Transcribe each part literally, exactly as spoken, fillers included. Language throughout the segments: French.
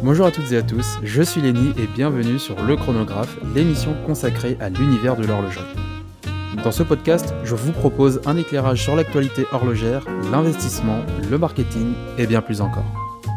Bonjour à toutes et à tous, je suis Lenny et bienvenue sur Le Chronographe, l'émission consacrée à l'univers de l'horlogerie. Dans ce podcast, je vous propose un éclairage sur l'actualité horlogère, l'investissement, le marketing et bien plus encore.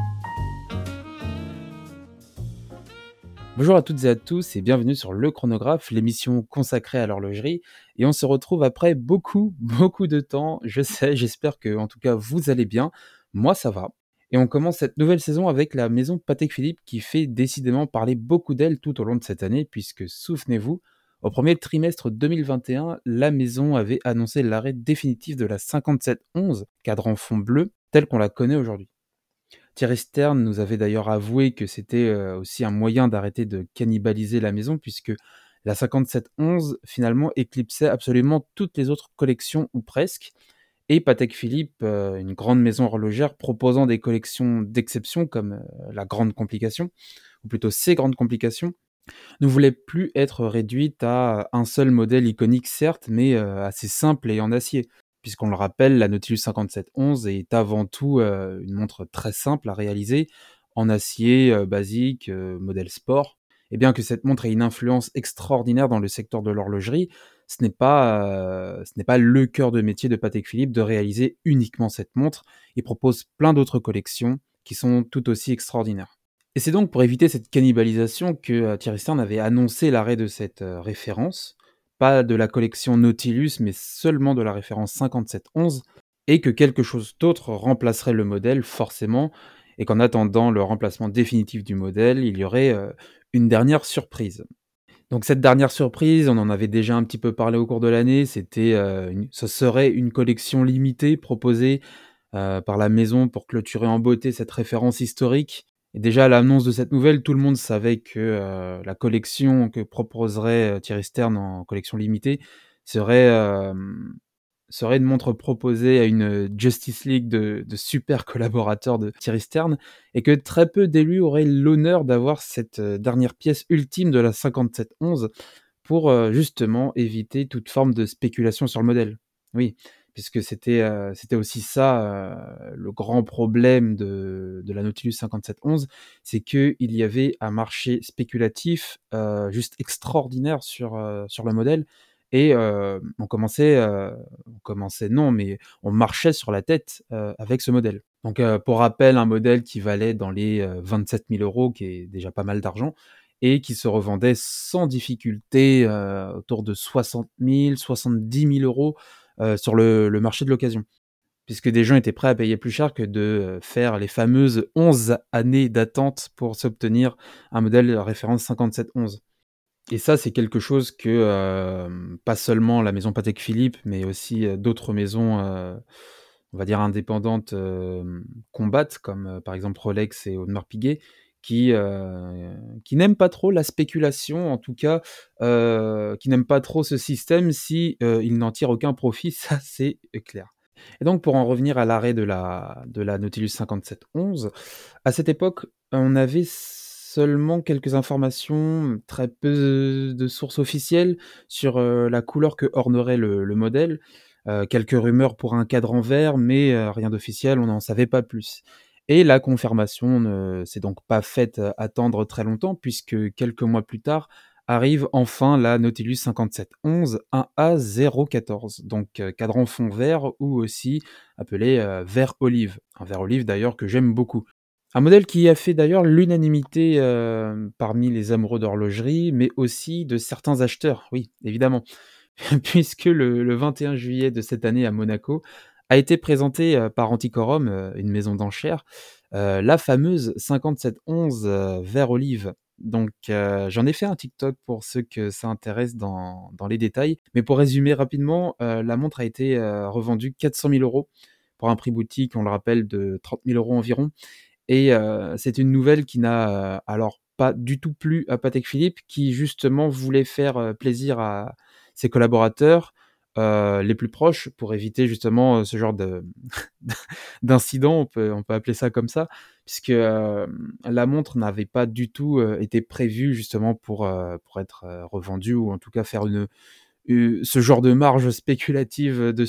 Bonjour à toutes et à tous et bienvenue sur Le Chronographe, l'émission consacrée à l'horlogerie. Et on se retrouve après beaucoup, beaucoup de temps. Je sais, j'espère que en tout cas vous allez bien. Moi ça va. Et on commence cette nouvelle saison avec la maison Patek Philippe qui fait décidément parler beaucoup d'elle tout au long de cette année puisque, souvenez-vous, au premier trimestre deux mille vingt et un, la maison avait annoncé l'arrêt définitif de la cinquante-sept onze cadran fond bleu telle qu'on la connaît aujourd'hui. Thierry Stern nous avait d'ailleurs avoué que c'était euh, aussi un moyen d'arrêter de cannibaliser la maison puisque la cinquante-sept onze finalement éclipsait absolument toutes les autres collections ou presque. Et Patek Philippe, euh, une grande maison horlogère proposant des collections d'exception comme euh, la Grande Complication, ou plutôt ces Grandes Complications, ne voulait plus être réduite à un seul modèle iconique certes, mais euh, assez simple et en acier. Puisqu'on le rappelle, la Nautilus cinquante-sept onze est avant tout euh, une montre très simple à réaliser, en acier euh, basique, euh, modèle sport. Et bien que cette montre ait une influence extraordinaire dans le secteur de l'horlogerie, ce n'est pas, euh, ce n'est pas le cœur de métier de Patek Philippe de réaliser uniquement cette montre. Il propose plein d'autres collections qui sont tout aussi extraordinaires. Et c'est donc pour éviter cette cannibalisation que euh, Thierry Stern avait annoncé l'arrêt de cette euh, référence, pas de la collection Nautilus, mais seulement de la référence cinquante-sept onze, et que quelque chose d'autre remplacerait le modèle forcément, et qu'en attendant le remplacement définitif du modèle, il y aurait euh, une dernière surprise. Donc cette dernière surprise, on en avait déjà un petit peu parlé au cours de l'année, c'était, euh, une- ce serait une collection limitée proposée euh, par la maison pour clôturer en beauté cette référence historique. Et déjà à l'annonce de cette nouvelle, tout le monde savait que euh, la collection que proposerait euh, Thierry Stern en collection limitée serait, euh, serait une montre proposée à une Justice League de, de super collaborateurs de Thierry Stern, et que très peu d'élus auraient l'honneur d'avoir cette euh, dernière pièce ultime de la cinquante-sept onze pour euh, justement éviter toute forme de spéculation sur le modèle. Oui, puisque c'était euh, c'était aussi ça euh, le grand problème de, de la Nautilus cinquante-sept onze, c'est qu'il y avait un marché spéculatif euh, juste extraordinaire sur, euh, sur le modèle, et euh, on commençait, euh, on commençait non, mais on marchait sur la tête euh, avec ce modèle. Donc euh, pour rappel, un modèle qui valait dans les euh, vingt-sept mille euros, qui est déjà pas mal d'argent, et qui se revendait sans difficulté euh, autour de soixante mille, soixante-dix mille euros euh, sur le, le marché de l'occasion. Puisque des gens étaient prêts à payer plus cher que de euh, faire les fameuses onze années d'attente pour s'obtenir un modèle référence cinquante-sept onze. Et ça, c'est quelque chose que euh, pas seulement la maison Patek Philippe, mais aussi euh, d'autres maisons, euh, on va dire indépendantes, euh, combattent, comme euh, par exemple Rolex et Audemars Piguet, qui, euh, qui n'aiment pas trop la spéculation, en tout cas, euh, qui n'aiment pas trop ce système si euh, ils n'en tirent aucun profit, ça c'est clair. Et donc pour en revenir à l'arrêt de la, de la Nautilus cinquante-sept onze, à cette époque, on avait seulement quelques informations, très peu de sources officielles sur euh, la couleur que ornerait le, le modèle. Euh, quelques rumeurs pour un cadran vert, mais euh, rien d'officiel, on n'en savait pas plus. Et la confirmation ne s'est donc pas faite euh, attendre très longtemps, puisque quelques mois plus tard arrive enfin la Nautilus cinquante-sept onze un A zéro quatorze, donc euh, cadran fond vert ou aussi appelé euh, vert olive. Un vert olive d'ailleurs que j'aime beaucoup. Un modèle qui a fait d'ailleurs l'unanimité euh, parmi les amoureux d'horlogerie, mais aussi de certains acheteurs, oui, évidemment, puisque le, le vingt et un juillet de cette année à Monaco a été présenté euh, par Antiquorum, euh, une maison d'enchères, euh, la fameuse cinquante-sept onze euh, vert olive. Donc euh, j'en ai fait un TikTok pour ceux que ça intéresse dans, dans les détails, mais pour résumer rapidement, euh, la montre a été euh, revendue quatre cent mille euros pour un prix boutique, on le rappelle, de trente mille euros environ. Et heu, c'est une nouvelle qui n'a, heu, alors pas du tout plu à Patek Philippe, qui justement voulait faire, heu, plaisir à ses collaborateurs, heu, les plus proches, pour éviter justement, heu, ce genre de d'incident, on peut on peut appeler ça comme ça. Puisque, hem, la montre n'avait pas du tout, heu, été prévue justement pour, heu, pour être, heu, revendue, ou en tout cas faire une, heu, ce genre de marge spéculative, heu, dessus.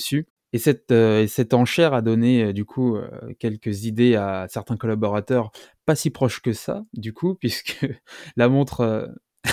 Et cette, heu et cette enchère a donné, heu, du coup, heu, quelques idées à certains collaborateurs pas si proches que ça, du coup, puisque la montre, heu,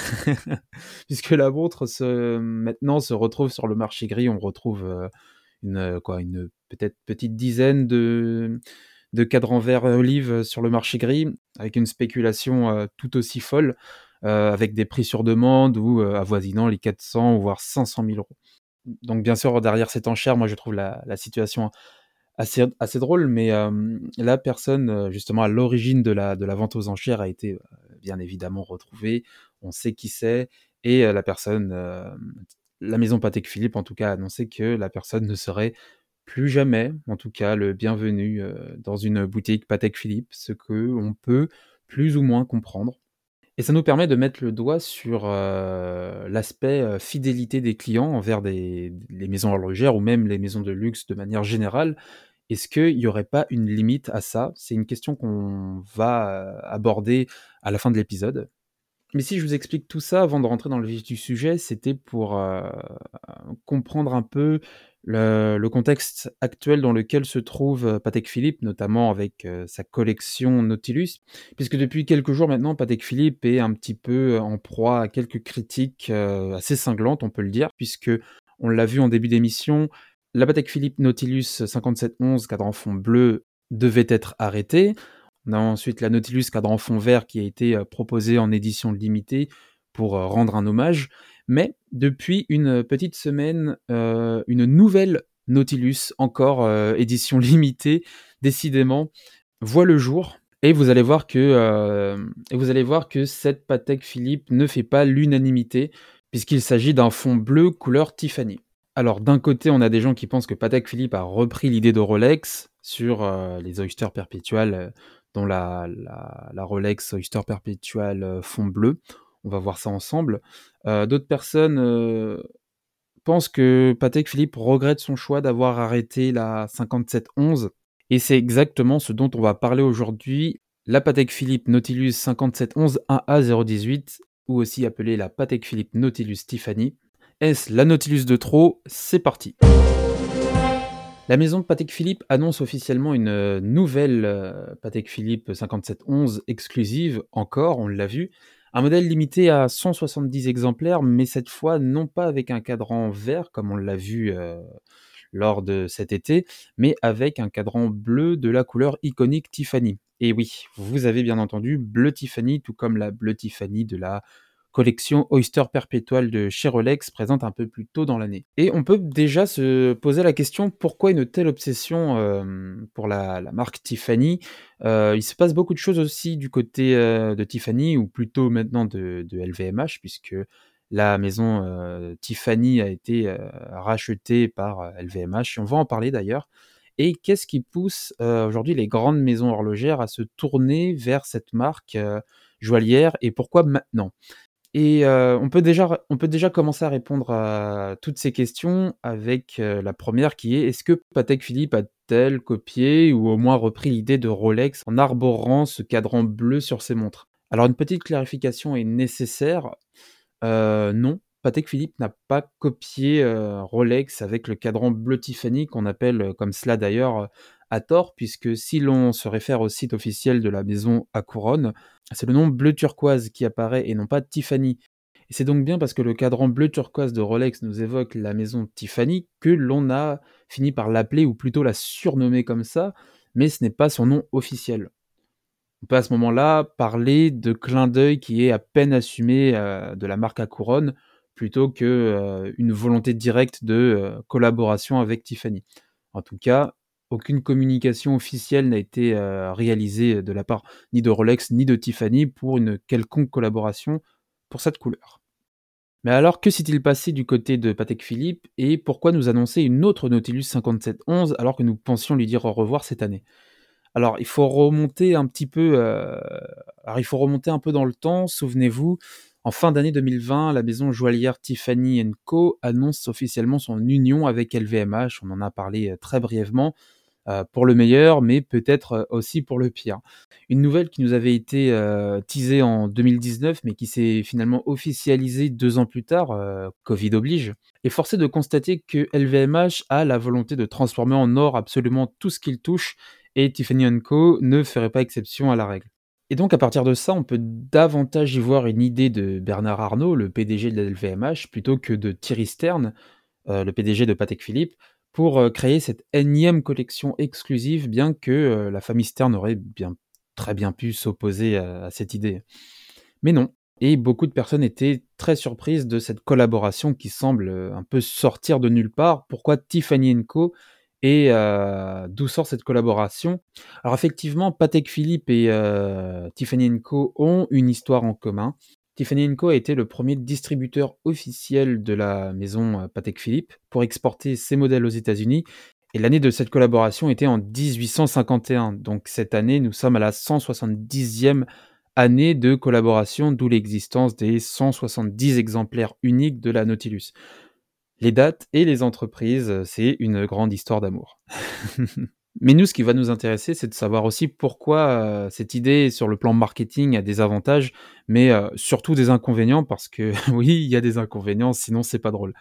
puisque la montre se maintenant se retrouve sur le marché gris. On retrouve, heu, une, heu, quoi, une peut-être petite dizaine de de cadrans verts olive sur le marché gris, avec une spéculation, heu, tout aussi folle, heu, avec des prix sur demande ou, heu, avoisinant les quatre cents voire cinq cent mille euros. Donc bien sûr, derrière cette enchère, moi je trouve la la situation assez assez drôle, mais hem, la personne, heu, justement à l'origine de la de la vente aux enchères a été, heu, bien évidemment retrouvée. On sait qui c'est et heu, la personne, hem, la maison Patek Philippe en tout cas a annoncé que la personne ne serait plus jamais, en tout cas, le bienvenu, heu, dans une boutique Patek Philippe, ce qu'on peut plus ou moins comprendre. Et ça nous permet de mettre le doigt sur, heu, l'aspect, heu, fidélité des clients envers des les maisons horlogères ou même les maisons de luxe de manière générale. Est-ce qu'il y aurait pas une limite à ça? C'est une question qu'on va, heu, aborder à la fin de l'épisode. Mais si je vous explique tout ça avant de rentrer dans le vif du sujet, c'était pour, heu, comprendre un peu le le contexte actuel dans lequel se trouve, heu, Patek Philippe, notamment avec, heu, sa collection Nautilus. Puisque depuis quelques jours maintenant, Patek Philippe est un petit peu en proie à quelques critiques, heu, assez cinglantes, on peut le dire, puisque on l'a vu en début d'émission, la Patek Philippe Nautilus cinquante-sept onze cadran fond bleu devait être arrêtée. On a ensuite la Nautilus cadran fond vert qui a été, heu, proposée en édition limitée pour, heu, rendre un hommage. Mais depuis une, petite semaine, heu, une nouvelle Nautilus, encore, heu, édition limitée, décidément, voit le jour et vous allez voir que, hem et vous allez voir que cette Patek Philippe ne fait pas l'unanimité, puisqu'il s'agit d'un fond bleu couleur Tiffany. Alors d'un côté, on a des gens qui pensent que Patek Philippe a repris l'idée de Rolex sur, heu, les Oyster Perpetual, heu, dont la la la Rolex Oyster Perpetual, heu, fond bleu. On va voir ça ensemble. Heu, d'autres personnes, heu, pensent que Patek Philippe regrette son choix d'avoir arrêté la cinquante-sept onze et c'est exactement ce dont on va parler aujourd'hui. La Patek Philippe Nautilus cinquante-sept onze un A zéro dix-huit ou aussi appelée la Patek Philippe Nautilus Tiffany. Est-ce la Nautilus de trop? C'est parti! La maison de Patek Philippe annonce officiellement une, heu, nouvelle, heu, Patek Philippe cinquante-sept onze exclusive, encore, on l'a vu. Un modèle limité à cent soixante-dix exemplaires, mais cette fois non pas avec un cadran vert comme on l'a vu, heu, lors de cet été, mais avec un cadran bleu de la couleur iconique Tiffany. Et oui, vous avez bien entendu, bleu Tiffany, tout comme la bleu Tiffany de la collection Oyster Perpetual de chez Rolex, présente un peu plus tôt dans l'année. Et on peut déjà se poser la question, pourquoi une telle obsession, hem, pour la la marque Tiffany? Heu, il se passe beaucoup de choses aussi du côté, heu, de Tiffany ou plutôt maintenant de de L V M H puisque la maison, heu, Tiffany a été, heu, rachetée par, heu, L V M H et on va en parler d'ailleurs. Et qu'est-ce qui pousse, heu, aujourd'hui les grandes maisons horlogères à se tourner vers cette marque, heu, joaillière et pourquoi maintenant? Et heu, on peut déjà on peut déjà commencer à répondre à toutes ces questions avec, heu, la première qui est: est-ce que Patek Philippe a-t-elle copié ou au moins repris l'idée de Rolex en arborant ce cadran bleu sur ses montres? Alors une petite clarification est nécessaire. Heu, non, Patek Philippe n'a pas copié, heu, Rolex avec le cadran bleu Tiffany qu'on appelle, heu, comme cela d'ailleurs, heu, à tort puisque si l'on se réfère au site officiel de la maison à couronne, c'est le nom bleu turquoise qui apparaît et non pas Tiffany. Et c'est donc bien parce que le cadran bleu turquoise de Rolex nous évoque la maison Tiffany que l'on a fini par l'appeler ou plutôt la surnommer comme ça, mais ce n'est pas son nom officiel. On peut à ce moment-là parler de clin d'œil qui est à peine assumé, heu, de la marque à couronne, plutôt que, heu, une volonté directe de, heu, collaboration avec Tiffany. En tout cas, aucune communication officielle n'a été, heu, réalisée de la part ni de Rolex ni de Tiffany pour une quelconque collaboration pour cette couleur. Mais alors, que s'est-il passé du côté de Patek Philippe et pourquoi nous annoncer une autre Nautilus cinquante-sept onze alors que nous pensions lui dire au revoir cette année? Alors, il faut remonter un petit peu, heu, alors il faut remonter un peu dans le temps. Souvenez-vous, en fin d'année deux mille vingt, la maison joaillière Tiffany and Co annonce officiellement son union avec L V M H. On en a parlé, heu, très brièvement. heu, pour le meilleur, mais peut-être, heu, aussi pour le pire. Une nouvelle qui nous avait été, heu, teasée en deux mille dix-neuf, mais qui s'est finalement officialisée deux ans plus tard, heu, Covid oblige, et force est de constater que L V M H a la volonté de transformer en or absolument tout ce qu'il touche, et Tiffany and Co ne ferait pas exception à la règle. Et donc à partir de ça, on peut davantage y voir une idée de Bernard Arnault, le P D G de L V M H, plutôt que de Thierry Stern, heu, le P D G de Patek Philippe, pour, heu, créer cette énième collection exclusive, bien que, heu, la famille Stern aurait bien très bien pu s'opposer à à cette idée. Mais non, et beaucoup de personnes étaient très surprises de cette collaboration qui semble, heu, un peu sortir de nulle part. Pourquoi Tiffany and Co? Et heu, d'où sort cette collaboration? Alors effectivement, Patek Philippe et heu, Tiffany and Co ont une histoire en commun. Tiffany and Co a été le premier distributeur officiel de la maison, heu, Patek Philippe pour exporter ses modèles aux États-Unis, et l'année de cette collaboration était en dix-huit cent cinquante et un. Donc cette année, nous sommes à la cent soixante-dixième année de collaboration, d'où l'existence des cent soixante-dix exemplaires uniques de la Nautilus. Les dates et les entreprises, heu, c'est une grande histoire d'amour. Mais nous, ce qui va nous intéresser, c'est de savoir aussi pourquoi, heu, cette idée sur le plan marketing a des avantages, mais heu, surtout des inconvénients, parce que oui, il y a des inconvénients, sinon c'est pas drôle.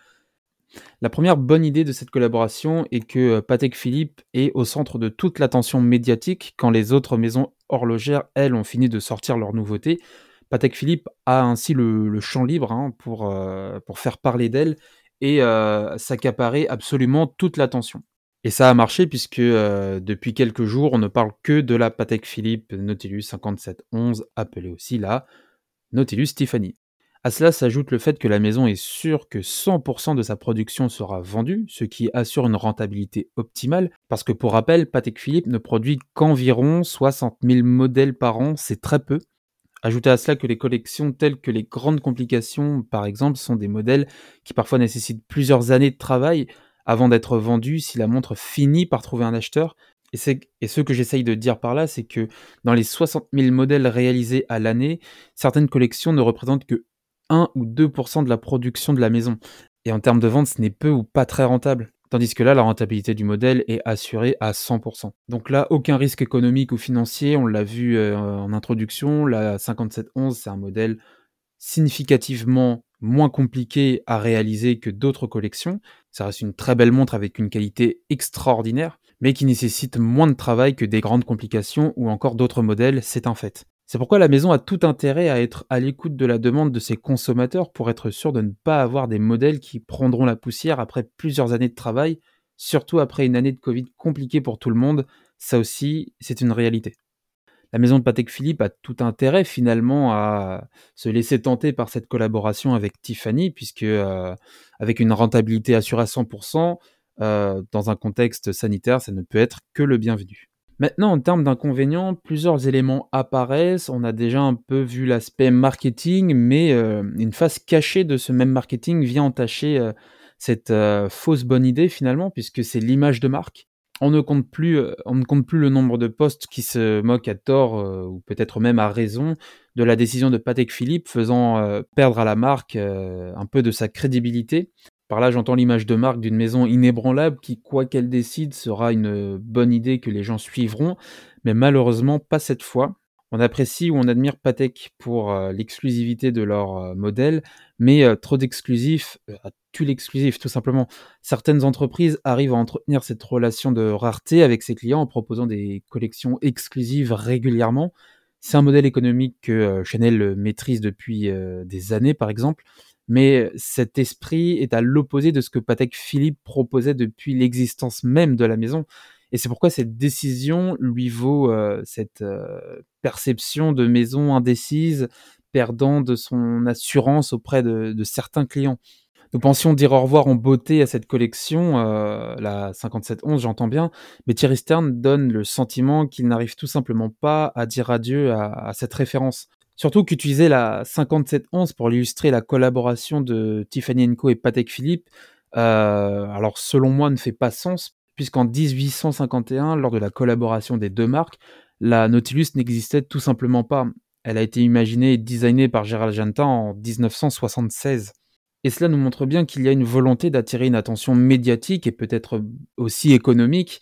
La première bonne idée de cette collaboration est que, heu, Patek Philippe est au centre de toute l'attention médiatique quand les autres maisons horlogères, elles, ont fini de sortir leurs nouveautés. Patek Philippe a ainsi le le champ libre, hein, pour, heu, pour faire parler d'elle et heu, s'accaparer absolument toute l'attention. Et ça a marché puisque, heu, depuis quelques jours, on ne parle que de la Patek Philippe Nautilus cinquante-sept onze, appelée aussi la Nautilus Tiffany. À cela s'ajoute le fait que la maison est sûre que cent pour cent de sa production sera vendue, ce qui assure une rentabilité optimale, parce que pour rappel, Patek Philippe ne produit qu'environ soixante mille modèles par an, c'est très peu. Ajoutez à cela que les collections telles que les grandes complications, par exemple, sont des modèles qui parfois nécessitent plusieurs années de travail avant d'être vendus si la montre finit par trouver un acheteur. Et, c'est, et ce que j'essaye de dire par là, c'est que dans les soixante mille modèles réalisés à l'année, certaines collections ne représentent que un ou deux pour cent de la production de la maison. Et en termes de vente, ce n'est peu ou pas très rentable. Tandis que là, la rentabilité du modèle est assurée à cent pour cent. Donc là, aucun risque économique ou financier, on l'a vu euh, en introduction, la cinquante-sept onze, c'est un modèle significativement moins compliqué à réaliser que d'autres collections. Ça reste une très belle montre avec une qualité extraordinaire, mais qui nécessite moins de travail que des grandes complications ou encore d'autres modèles, c'est un fait. C'est pourquoi la maison a tout intérêt à être à l'écoute de la demande de ses consommateurs pour être sûr de ne pas avoir des modèles qui prendront la poussière après plusieurs années de travail, surtout après une année de Covid compliquée pour tout le monde. Ça aussi, c'est une réalité. La maison de Patek Philippe a tout intérêt finalement à se laisser tenter par cette collaboration avec Tiffany, puisque, heu, avec une rentabilité assurée à cent pour cent, heu, dans un contexte sanitaire, ça ne peut être que le bienvenu. Maintenant, en termes d'inconvénients, plusieurs éléments apparaissent. On a déjà un peu vu l'aspect marketing, mais heu, une face cachée de ce même marketing vient entacher, heu, cette, heu, fausse bonne idée finalement, puisque c'est l'image de marque. On ne compte plus, heu, on ne compte plus le nombre de posts qui se moquent à tort, heu, ou peut-être même à raison, de la décision de Patek Philippe, faisant, heu, perdre à la marque, heu, un peu de sa crédibilité. Par là, j'entends l'image de marque d'une maison inébranlable qui, quoi qu'elle décide, sera une bonne idée que les gens suivront, mais malheureusement pas cette fois. On apprécie ou on admire Patek pour, heu, l'exclusivité de leurs, heu, modèles, mais heu, trop d'exclusifs, heu, tue l'exclusif tout simplement. Certaines entreprises arrivent à entretenir cette relation de rareté avec ses clients en proposant des collections exclusives régulièrement. C'est un modèle économique que, heu, Chanel, heu, maîtrise depuis, heu, des années par exemple, mais cet esprit est à l'opposé de ce que Patek Philippe proposait depuis l'existence même de la maison, et c'est pourquoi cette décision lui vaut, heu, cette, heu, perception de maison indécise, perdant de son assurance auprès de de certains clients. Nous pensions dire au revoir en beauté à cette collection, heu, la cinquante-sept onze, j'entends bien, mais Thierry Stern donne le sentiment qu'il n'arrive tout simplement pas à dire adieu à à cette référence. Surtout qu'utiliser la cinquante-sept onze pour illustrer la collaboration de Tiffany and Co et Patek Philippe, heu, alors selon moi ne fait pas sens, puisqu'en dix-huit cent cinquante et un, lors de la collaboration des deux marques, la Nautilus n'existait tout simplement pas. Elle a été imaginée et designée par Gérald Jantin en dix-neuf cent soixante-seize. Et cela nous montre bien qu'il y a une volonté d'attirer une attention médiatique et peut-être aussi économique,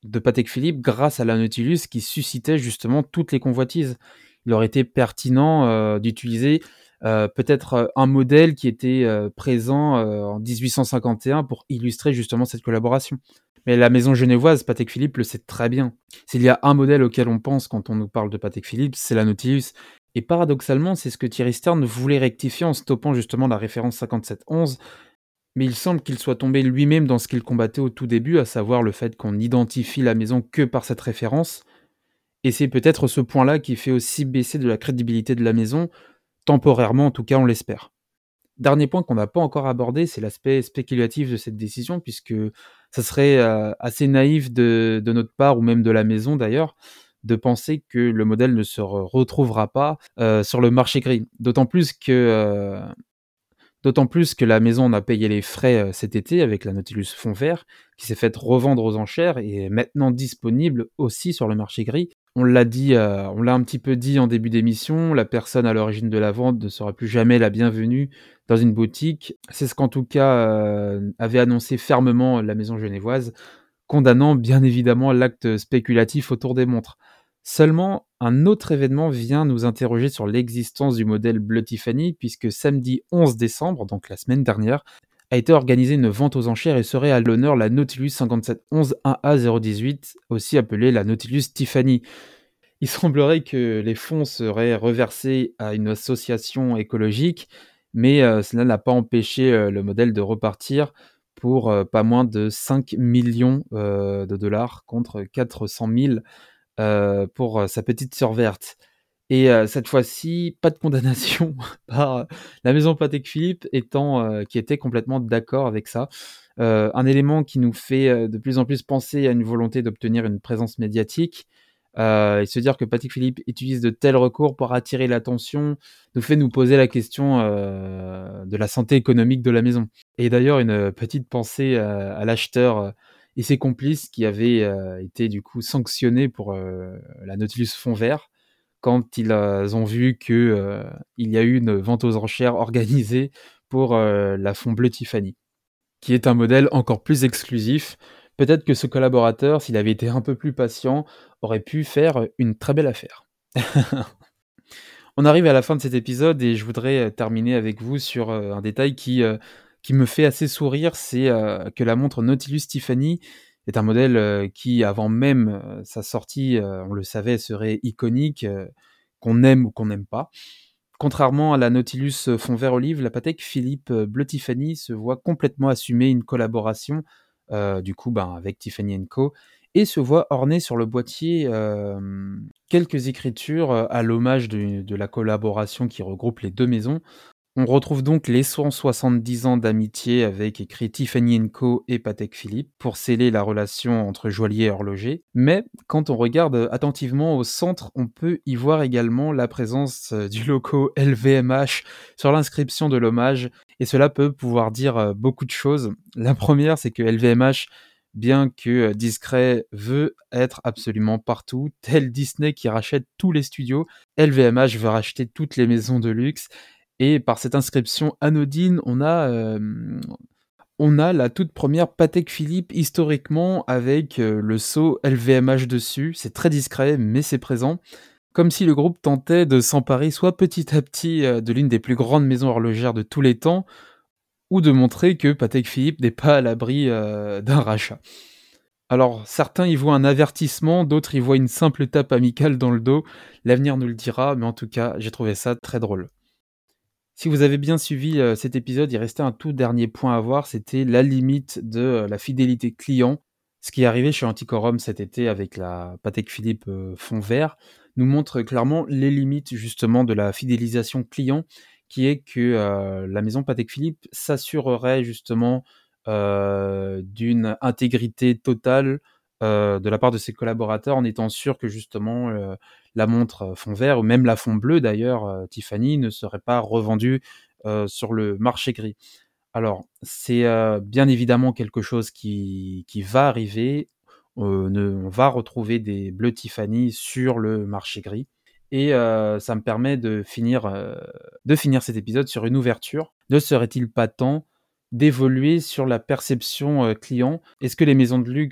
de Patek Philippe grâce à la Nautilus qui suscitait justement toutes les convoitises. Il aurait été pertinent, heu, d'utiliser, heu, peut-être, heu, un modèle qui était, heu, présent, heu, en dix-huit cent cinquante et un pour illustrer justement cette collaboration. Mais la maison genevoise, Patek Philippe le sait très bien. S'il y a un modèle auquel on pense quand on nous parle de Patek Philippe, c'est la Nautilus. Et paradoxalement, c'est ce que Thierry Stern voulait rectifier en stoppant justement la référence cinquante-sept onze, mais il semble qu'il soit tombé lui-même dans ce qu'il combattait au tout début, à savoir le fait qu'on identifie la maison que par cette référence, et c'est peut-être ce point-là qui fait aussi baisser de la crédibilité de la maison, temporairement en tout cas, on l'espère. Dernier point qu'on n'a pas encore abordé, c'est l'aspect spéculatif de cette décision, puisque ça serait, heu, assez naïf de de notre part, ou même de la maison d'ailleurs, de penser que le modèle ne se re retrouvera pas, heu, sur le marché gris. D'autant plus que, heu, d'autant plus que la maison en a payé les frais, heu, cet été avec la Nautilus fond vert, qui s'est faite revendre aux enchères et est maintenant disponible aussi sur le marché gris. On l'a dit, heu, on l'a un petit peu dit en début d'émission, la personne à l'origine de la vente ne sera plus jamais la bienvenue dans une boutique. C'est ce qu'en tout cas, heu, avait annoncé fermement la maison genevoise, condamnant bien évidemment l'acte spéculatif autour des montres. Seulement, un autre événement vient nous interroger sur l'existence du modèle Bleu Tiffany, puisque samedi onze décembre, donc la semaine dernière, a été organisée une vente aux enchères et serait à l'honneur la Nautilus cinquante-sept onze un A zéro dix-huit, aussi appelée la Nautilus Tiffany. Il semblerait que les fonds seraient reversés à une association écologique, mais heu, cela n'a pas empêché, heu, le modèle de repartir pour, heu, pas moins de cinq millions heu, de dollars contre quatre cent mille, heu, pour, heu, sa petite sœur verte. Et heu, cette fois-ci, pas de condamnation par la maison Patek Philippe étant, heu, qui était complètement d'accord avec ça. Heu, un élément qui nous fait, heu, de plus en plus penser à une volonté d'obtenir une présence médiatique, heu, et se dire que Patek Philippe utilise de tels recours pour attirer l'attention, nous fait nous poser la question, heu, de la santé économique de la maison. Et d'ailleurs une, heu, petite pensée, heu, à l'acheteur, heu, et ses complices qui avaient, heu, été du coup sanctionnés pour, heu, la Nautilus fond vert quand ils, heu, ont vu que, heu, il y a eu une vente aux enchères organisée pour, heu, la fond bleu Tiffany, qui est un modèle encore plus exclusif. Peut-être que ce collaborateur, s'il avait été un peu plus patient, aurait pu faire une très belle affaire. On arrive à la fin de cet épisode et je voudrais, heu, terminer avec vous sur, heu, un détail qui, heu, qui me fait assez sourire. C'est, heu, que la montre Nautilus Tiffany est un modèle, heu, qui avant même, heu, sa sortie, heu, on le savait, serait iconique, heu, qu'on aime ou qu'on n'aime pas. Contrairement à la Nautilus, heu, fond vert olive, la Patek Philippe, heu, bleu Tiffany se voit complètement assumer une collaboration, heu, du coup, ben, avec Tiffany and Co, et se voit orner sur le boîtier, hem, quelques écritures, heu, à l'hommage de de la collaboration qui regroupe les deux maisons. On retrouve donc les cent soixante-dix ans d'amitié avec écrit Tiffany and Co et Patek Philippe pour sceller la relation entre joaillier et horloger. Mais quand on regarde euh, attentivement au centre, on peut y voir également la présence euh, du logo L V M H sur l'inscription de l'hommage, et cela peut pouvoir dire euh, beaucoup de choses. La première, c'est que L V M H, bien que euh, discret, veut être absolument partout, tel Disney qui rachète tous les studios. L V M H veut racheter toutes les maisons de luxe, et par cette inscription anodine, on a, hem, on a la toute première Patek Philippe historiquement avec, heu, le sceau L V M H dessus. C'est très discret, mais c'est présent. Comme si le groupe tentait de s'emparer soit petit à petit, heu, de l'une des plus grandes maisons horlogères de tous les temps, ou de montrer que Patek Philippe n'est pas à l'abri, heu, d'un rachat. Alors certains y voient un avertissement, d'autres y voient une simple tape amicale dans le dos. L'avenir nous le dira, mais en tout cas, j'ai trouvé ça très drôle. Si vous avez bien suivi, heu, cet épisode, il restait un tout dernier point à voir, c'était la limite de, heu, la fidélité client. Ce qui est arrivé chez Antiquorum cet été avec la Patek Philippe, heu, fond vert, nous montre clairement les limites justement de la fidélisation client, qui est que, heu, la maison Patek Philippe s'assurerait justement, heu, d'une intégrité totale, heu, de la part de ses collaborateurs, en étant sûr que justement, heu, la montre, heu, fond vert ou même la fond bleu d'ailleurs, heu, Tiffany ne serait pas revendue, heu, sur le marché gris. Alors c'est, heu, bien évidemment quelque chose qui qui va arriver, heu, ne on va retrouver des bleus Tiffany sur le marché gris, et heu, ça me permet de finir, heu, de finir cet épisode sur une ouverture. Ne serait-il pas temps d'évoluer sur la perception, heu, client? Est-ce que les maisons de luxe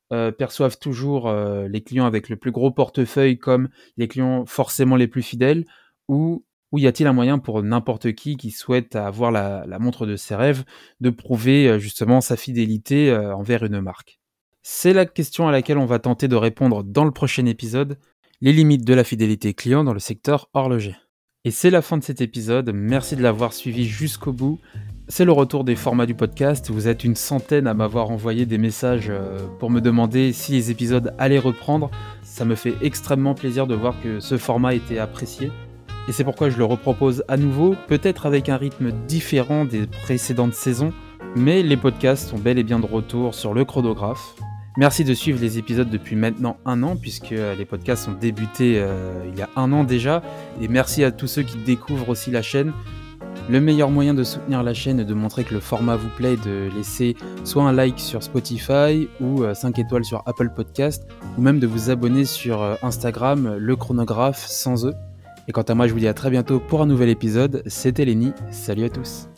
heu, perçoivent toujours, heu, les clients avec le plus gros portefeuille comme les clients forcément les plus fidèles? Ou ou y a-t-il un moyen pour n'importe qui, qui souhaite avoir la la montre de ses rêves, de prouver, heu, justement sa fidélité, heu, envers une marque? C'est la question à laquelle on va tenter de répondre dans le prochain épisode, les limites de la fidélité client dans le secteur horloger. Et c'est la fin de cet épisode, merci de l'avoir suivi jusqu'au bout. C'est le retour des formats du podcast, vous êtes une centaine à m'avoir envoyé des messages euh, pour me demander si les épisodes allaient reprendre. Ça me fait extrêmement plaisir de voir que ce format était apprécié. Et c'est pourquoi je le repropose à nouveau, peut-être avec un rythme différent des précédentes saisons, mais les podcasts sont bel et bien de retour sur le chronographe. Merci de suivre les épisodes depuis maintenant un an, puisque euh, les podcasts ont débuté euh, il y a un an déjà. Et merci à tous ceux qui découvrent aussi la chaîne. Le meilleur moyen de soutenir la chaîne et de montrer que le format vous plaît est de laisser soit un like sur Spotify ou euh, cinq étoiles sur Apple Podcast, ou même de vous abonner sur euh, Instagram, le chronographe sans eux. Et quant à moi, je vous dis à très bientôt pour un nouvel épisode. C'était Lenny, salut à tous.